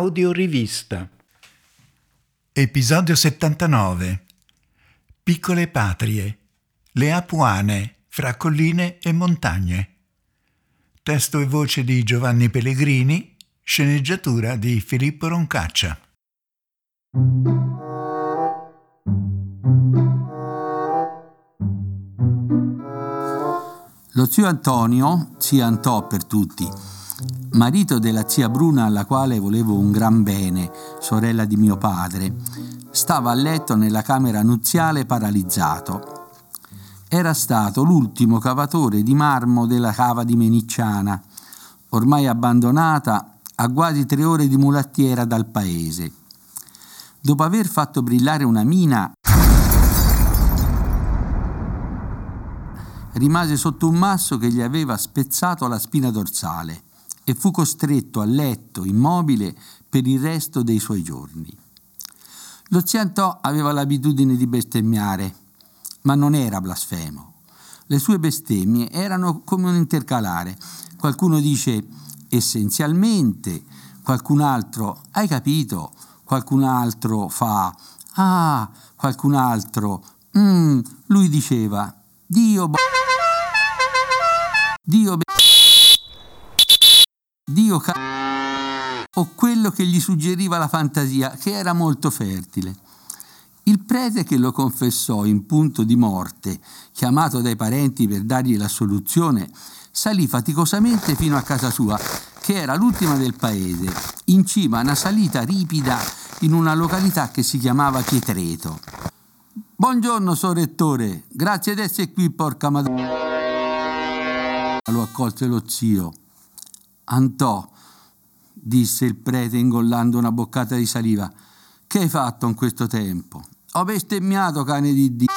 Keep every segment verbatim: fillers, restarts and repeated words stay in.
Audiorivista. Episodio settantanove. Piccole patrie. Le Apuane, fra colline e montagne. Testo e voce di Giovanni Pellegrini, sceneggiatura di Filippo Roncaccia. Lo zio Antonio, zio Antò per tutti, marito della zia Bruna alla quale volevo un gran bene, sorella di mio padre, stava a letto nella camera nuziale paralizzato. Era stato l'ultimo cavatore di marmo della cava di Menicciana, ormai abbandonata a quasi tre ore di mulattiera dal paese. Dopo aver fatto brillare una mina, rimase sotto un masso che gli aveva spezzato la spina dorsale e fu costretto a letto immobile per il resto dei suoi giorni. Lo zio Antò aveva l'abitudine di bestemmiare, ma non era blasfemo. Le sue bestemmie erano come un intercalare. Qualcuno dice essenzialmente, qualcun altro hai capito, qualcun altro fa ah, qualcun altro mm, lui diceva Dio bo- Dio be- Dio ca- o quello che gli suggeriva la fantasia, che era molto fertile. Il prete che lo confessò in punto di morte, chiamato dai parenti per dargli l'assoluzione, salì faticosamente fino a casa sua, che era l'ultima del paese, in cima a una salita ripida in una località che si chiamava Pietreto. «Buongiorno, sor rettore, grazie d'essere qui, porca madonna!» Lo accolse lo zio. «Antò», disse il prete ingollando una boccata di saliva, «che hai fatto in questo tempo?» «Ho bestemmiato, cane di Dio»,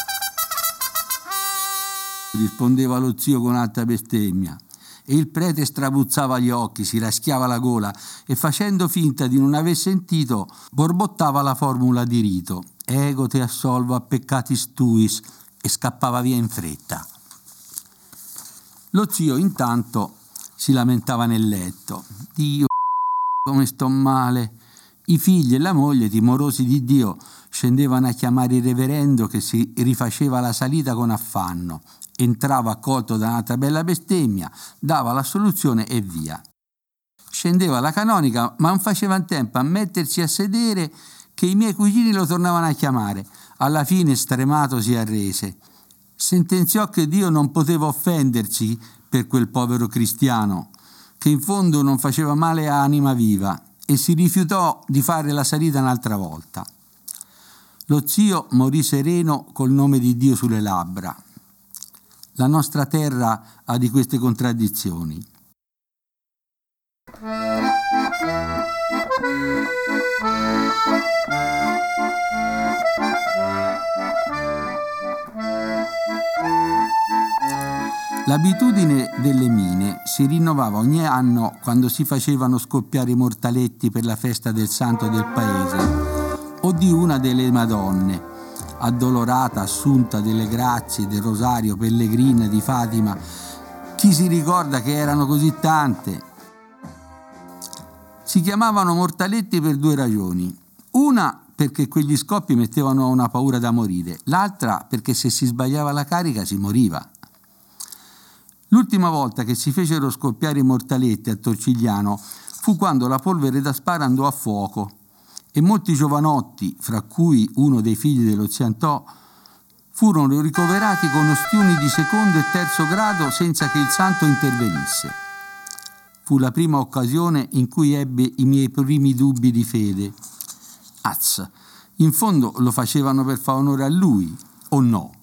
rispondeva lo zio con alta bestemmia. E il prete strabuzzava gli occhi, si raschiava la gola e, facendo finta di non aver sentito, borbottava la formula di rito: «Ego te assolvo a peccatis tuis», e scappava via in fretta. Lo zio intanto si lamentava nel letto: «Dio, come sto male!» I figli e la moglie, timorosi di Dio, scendevano a chiamare il reverendo che si rifaceva la salita con affanno. Entrava accolto da una bella bestemmia, dava la soluzione e via. Scendeva la canonica, ma non faceva in tempo a mettersi a sedere che i miei cugini lo tornavano a chiamare. Alla fine, stremato, si arrese. Sentenziò che Dio non poteva offendersi per quel povero cristiano, che in fondo non faceva male a anima viva, e si rifiutò di fare la salita un'altra volta. Lo zio morì sereno col nome di Dio sulle labbra. La nostra terra ha di queste contraddizioni. L'abitudine delle mine si rinnovava ogni anno quando si facevano scoppiare i mortaletti per la festa del santo del paese o di una delle Madonne, addolorata, assunta delle grazie, del rosario, pellegrina di Fatima. Chi si ricorda che erano così tante? Si chiamavano mortaletti per due ragioni. Una perché quegli scoppi mettevano una paura da morire, l'altra perché se si sbagliava la carica si moriva. L'ultima volta che si fecero scoppiare i mortaletti a Torcigliano fu quando la polvere da spara andò a fuoco e molti giovanotti, fra cui uno dei figli dello zio Antò, furono ricoverati con ustioni di secondo e terzo grado senza che il santo intervenisse. Fu la prima occasione in cui ebbe i miei primi dubbi di fede. Az, in fondo lo facevano per fare onore a lui, o no?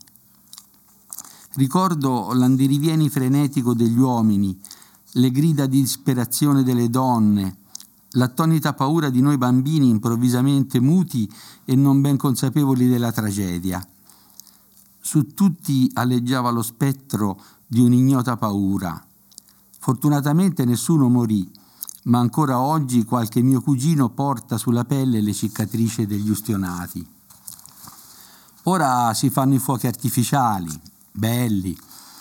Ricordo l'andirivieni frenetico degli uomini, le grida di disperazione delle donne, l'attonita paura di noi bambini improvvisamente muti e non ben consapevoli della tragedia. Su tutti aleggiava lo spettro di un'ignota paura. Fortunatamente nessuno morì, ma ancora oggi qualche mio cugino porta sulla pelle le cicatrici degli ustionati. Ora si fanno i fuochi artificiali, belli,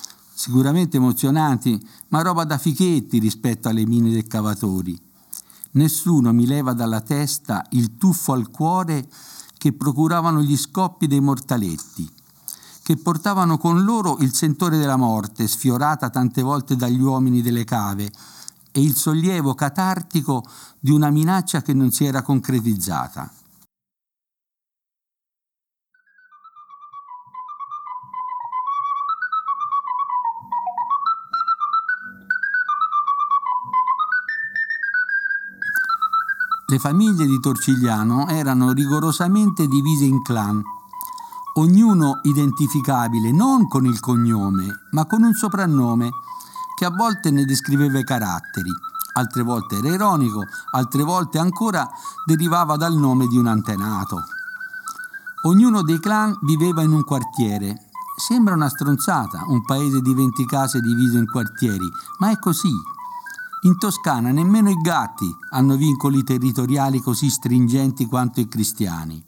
sicuramente emozionanti, ma roba da fichetti rispetto alle mine dei cavatori. Nessuno mi leva dalla testa il tuffo al cuore che procuravano gli scoppi dei mortaletti, che portavano con loro il sentore della morte, sfiorata tante volte dagli uomini delle cave, e il sollievo catartico di una minaccia che non si era concretizzata. Le famiglie di Torcigliano erano rigorosamente divise in clan, ognuno identificabile non con il cognome, ma con un soprannome che a volte ne descriveva i caratteri, altre volte era ironico, altre volte ancora derivava dal nome di un antenato. Ognuno dei clan viveva in un quartiere. Sembra una stronzata, un paese di venti case diviso in quartieri, ma è così. In Toscana nemmeno i gatti hanno vincoli territoriali così stringenti quanto i cristiani.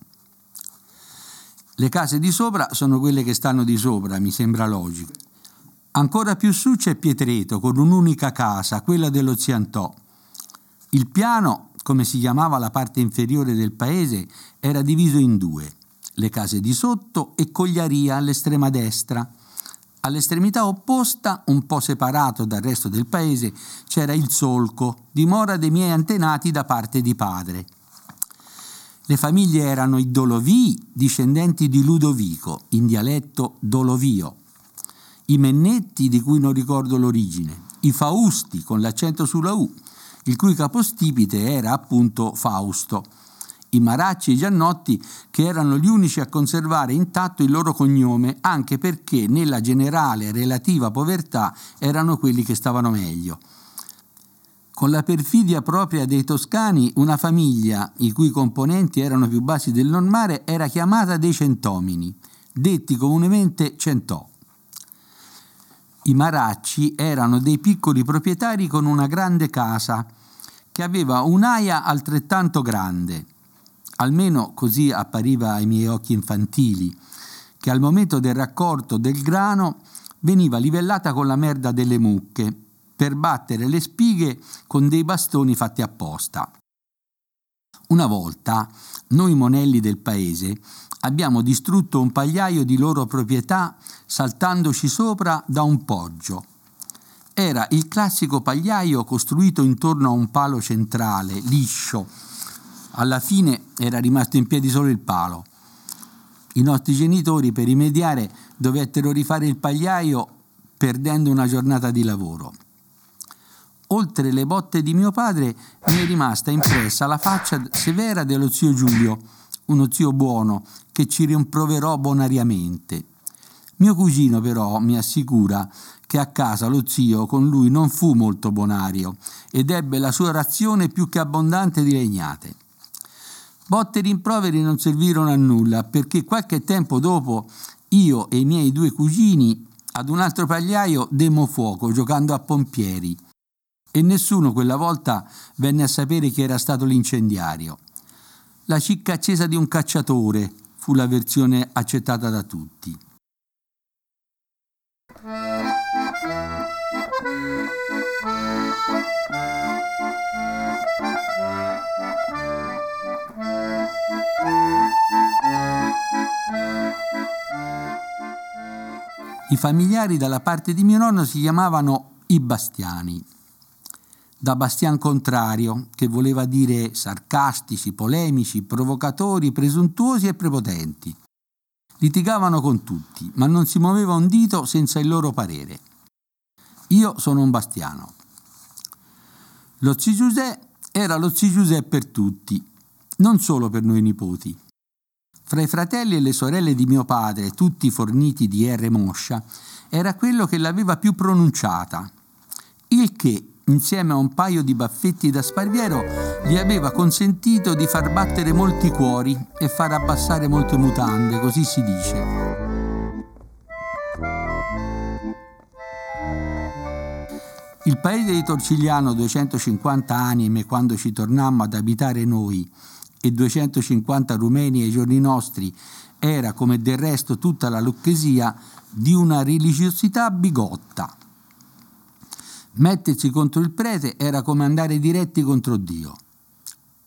Le case di sopra sono quelle che stanno di sopra, mi sembra logico. Ancora più su c'è Pietreto, con un'unica casa, quella dello Ziantò. Il piano, come si chiamava la parte inferiore del paese, era diviso in due, le case di sotto e Cogliaria all'estrema destra. All'estremità opposta, un po' separato dal resto del paese, c'era il Solco, dimora dei miei antenati da parte di padre. Le famiglie erano i Dolovii, discendenti di Ludovico, in dialetto Dolovio, i Mennetti, di cui non ricordo l'origine, i Fausti, con l'accento sulla U, il cui capostipite era appunto Fausto, i Maracci e i Giannotti, che erano gli unici a conservare intatto il loro cognome, anche perché nella generale relativa povertà erano quelli che stavano meglio. Con la perfidia propria dei toscani, una famiglia, i cui componenti erano più bassi del normale, era chiamata dei Centomini, detti comunemente Centò. I Maracci erano dei piccoli proprietari con una grande casa, che aveva un'aia altrettanto grande, almeno così appariva ai miei occhi infantili, che al momento del raccolto del grano veniva livellata con la merda delle mucche per battere le spighe con dei bastoni fatti apposta. Una volta, noi monelli del paese abbiamo distrutto un pagliaio di loro proprietà saltandoci sopra da un poggio. Era il classico pagliaio costruito intorno a un palo centrale, liscio. Alla fine era rimasto in piedi solo il palo. I nostri genitori, per rimediare, dovettero rifare il pagliaio perdendo una giornata di lavoro. Oltre le botte di mio padre mi è rimasta impressa la faccia severa dello zio Giulio, uno zio buono che ci rimproverò bonariamente. Mio cugino però mi assicura che a casa lo zio con lui non fu molto bonario ed ebbe la sua razione più che abbondante di legnate. Botte e rimproveri non servirono a nulla, perché qualche tempo dopo io e i miei due cugini ad un altro pagliaio demmo fuoco giocando a pompieri e nessuno quella volta venne a sapere chi era stato l'incendiario. La cicca accesa di un cacciatore fu la versione accettata da tutti. I familiari dalla parte di mio nonno si chiamavano i Bastiani, da Bastian contrario, che voleva dire sarcastici, polemici, provocatori, presuntuosi e prepotenti. Litigavano con tutti, ma non si muoveva un dito senza il loro parere. Io sono un Bastiano. Lo zio Giuseppe era lo zio Giuseppe per tutti, non solo per noi nipoti. Fra i fratelli e le sorelle di mio padre, tutti forniti di erre moscia, era quello che l'aveva più pronunciata, il che, insieme a un paio di baffetti da sparviero, gli aveva consentito di far battere molti cuori e far abbassare molte mutande, così si dice. Il paese di Torcigliano, duecentocinquanta anime quando ci tornammo ad abitare noi e duecentocinquanta rumeni ai giorni nostri, era, come del resto tutta la Lucchesia, di una religiosità bigotta. Mettersi contro il prete era come andare diretti contro Dio.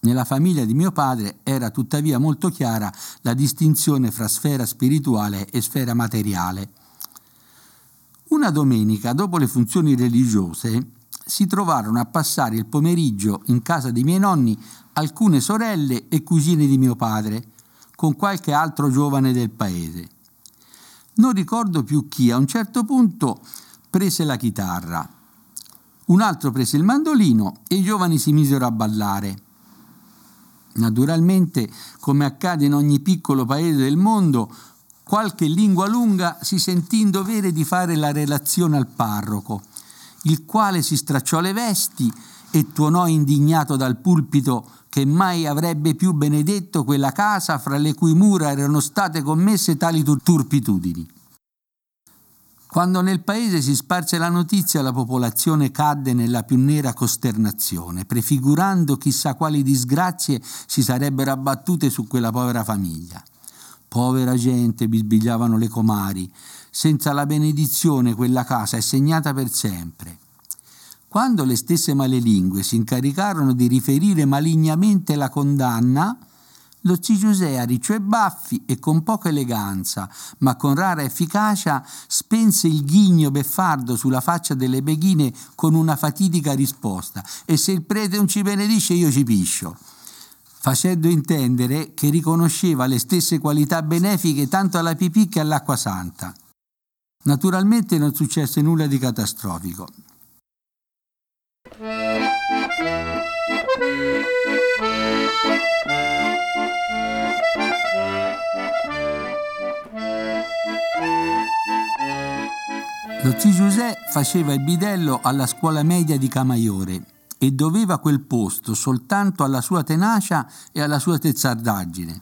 Nella famiglia di mio padre era tuttavia molto chiara la distinzione fra sfera spirituale e sfera materiale. Una domenica, dopo le funzioni religiose, si trovarono a passare il pomeriggio in casa dei miei nonni alcune sorelle e cugine di mio padre, con qualche altro giovane del paese. Non ricordo più chi, a un certo punto prese la chitarra, un altro prese il mandolino e i giovani si misero a ballare. Naturalmente, come accade in ogni piccolo paese del mondo, qualche lingua lunga si sentì in dovere di fare la relazione al parroco, il quale si stracciò le vesti e tuonò indignato dal pulpito che mai avrebbe più benedetto quella casa fra le cui mura erano state commesse tali turpitudini. Quando nel paese si sparse la notizia, la popolazione cadde nella più nera costernazione, prefigurando chissà quali disgrazie si sarebbero abbattute su quella povera famiglia. Povera gente, bisbigliavano le comari, senza la benedizione quella casa è segnata per sempre. Quando le stesse malelingue si incaricarono di riferire malignamente la condanna, lo zio Giuseppe, a riccio e baffi e con poca eleganza, ma con rara efficacia, spense il ghigno beffardo sulla faccia delle beghine con una fatidica risposta: «E se il prete non ci benedisce io ci piscio», facendo intendere che riconosceva le stesse qualità benefiche tanto alla pipì che all'acqua santa. Naturalmente non successe nulla di catastrofico. Lo zio Giuseppe faceva il bidello alla scuola media di Camaiore e doveva quel posto soltanto alla sua tenacia e alla sua testardaggine.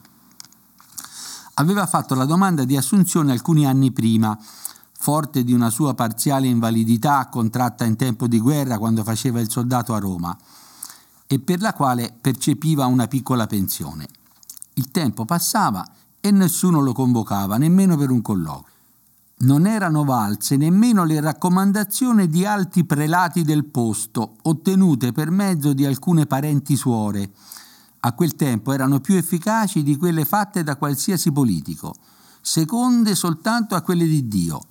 Aveva fatto la domanda di assunzione alcuni anni prima, forte di una sua parziale invalidità contratta in tempo di guerra quando faceva il soldato a Roma, e per la quale percepiva una piccola pensione. Il tempo passava e nessuno lo convocava, nemmeno per un colloquio. Non erano valse nemmeno le raccomandazioni di alti prelati del posto, ottenute per mezzo di alcune parenti suore. A quel tempo erano più efficaci di quelle fatte da qualsiasi politico, seconde soltanto a quelle di Dio.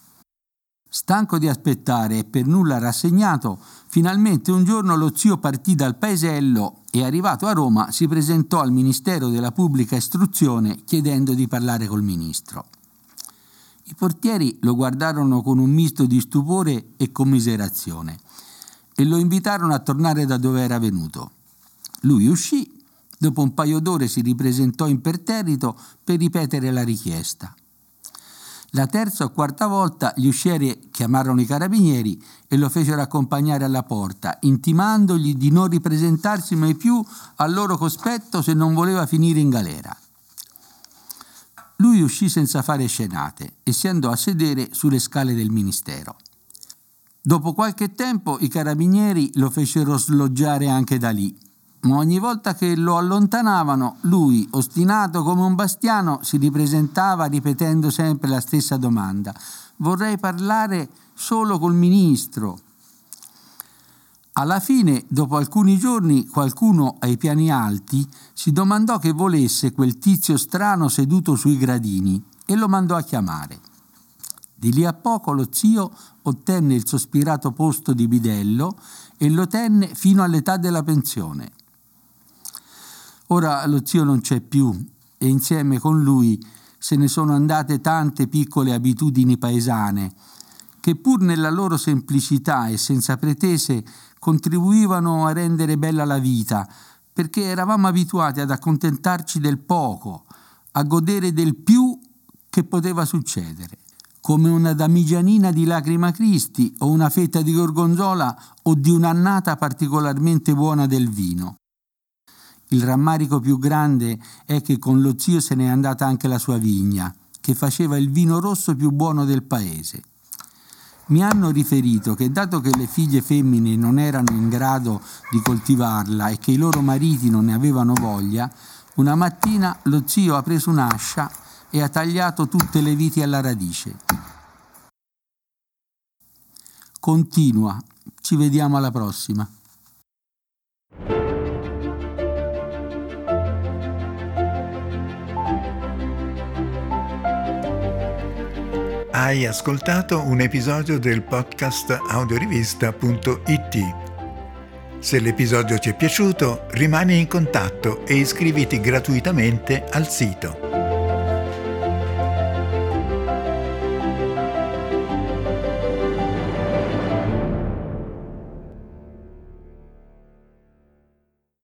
Stanco di aspettare e per nulla rassegnato, finalmente un giorno lo zio partì dal paesello e, arrivato a Roma, si presentò al Ministero della Pubblica Istruzione chiedendo di parlare col ministro. I portieri lo guardarono con un misto di stupore e commiserazione e lo invitarono a tornare da dove era venuto. Lui uscì, dopo un paio d'ore si ripresentò imperterrito per ripetere la richiesta. La terza o quarta volta gli uscieri chiamarono i carabinieri e lo fecero accompagnare alla porta, intimandogli di non ripresentarsi mai più al loro cospetto se non voleva finire in galera. Lui uscì senza fare scenate e si andò a sedere sulle scale del ministero. Dopo qualche tempo i carabinieri lo fecero sloggiare anche da lì, ma ogni volta che lo allontanavano, lui, ostinato come un bastiano, si ripresentava ripetendo sempre la stessa domanda: «Vorrei parlare solo col ministro». Alla fine, dopo alcuni giorni, qualcuno ai piani alti si domandò che volesse quel tizio strano seduto sui gradini e lo mandò a chiamare. Di lì a poco lo zio ottenne il sospirato posto di bidello e lo tenne fino all'età della pensione. Ora lo zio non c'è più e insieme con lui se ne sono andate tante piccole abitudini paesane che, pur nella loro semplicità e senza pretese, contribuivano a rendere bella la vita, perché eravamo abituati ad accontentarci del poco, a godere del più che poteva succedere, come una damigianina di Lacrima Cristi o una fetta di gorgonzola o di un'annata particolarmente buona del vino. Il rammarico più grande è che con lo zio se n'è andata anche la sua vigna, che faceva il vino rosso più buono del paese. Mi hanno riferito che, dato che le figlie femmine non erano in grado di coltivarla e che i loro mariti non ne avevano voglia, una mattina lo zio ha preso un'ascia e ha tagliato tutte le viti alla radice. Continua. Ci vediamo alla prossima. Hai ascoltato un episodio del podcast audiorivista punto it. Se l'episodio ti è piaciuto, rimani in contatto e iscriviti gratuitamente al sito.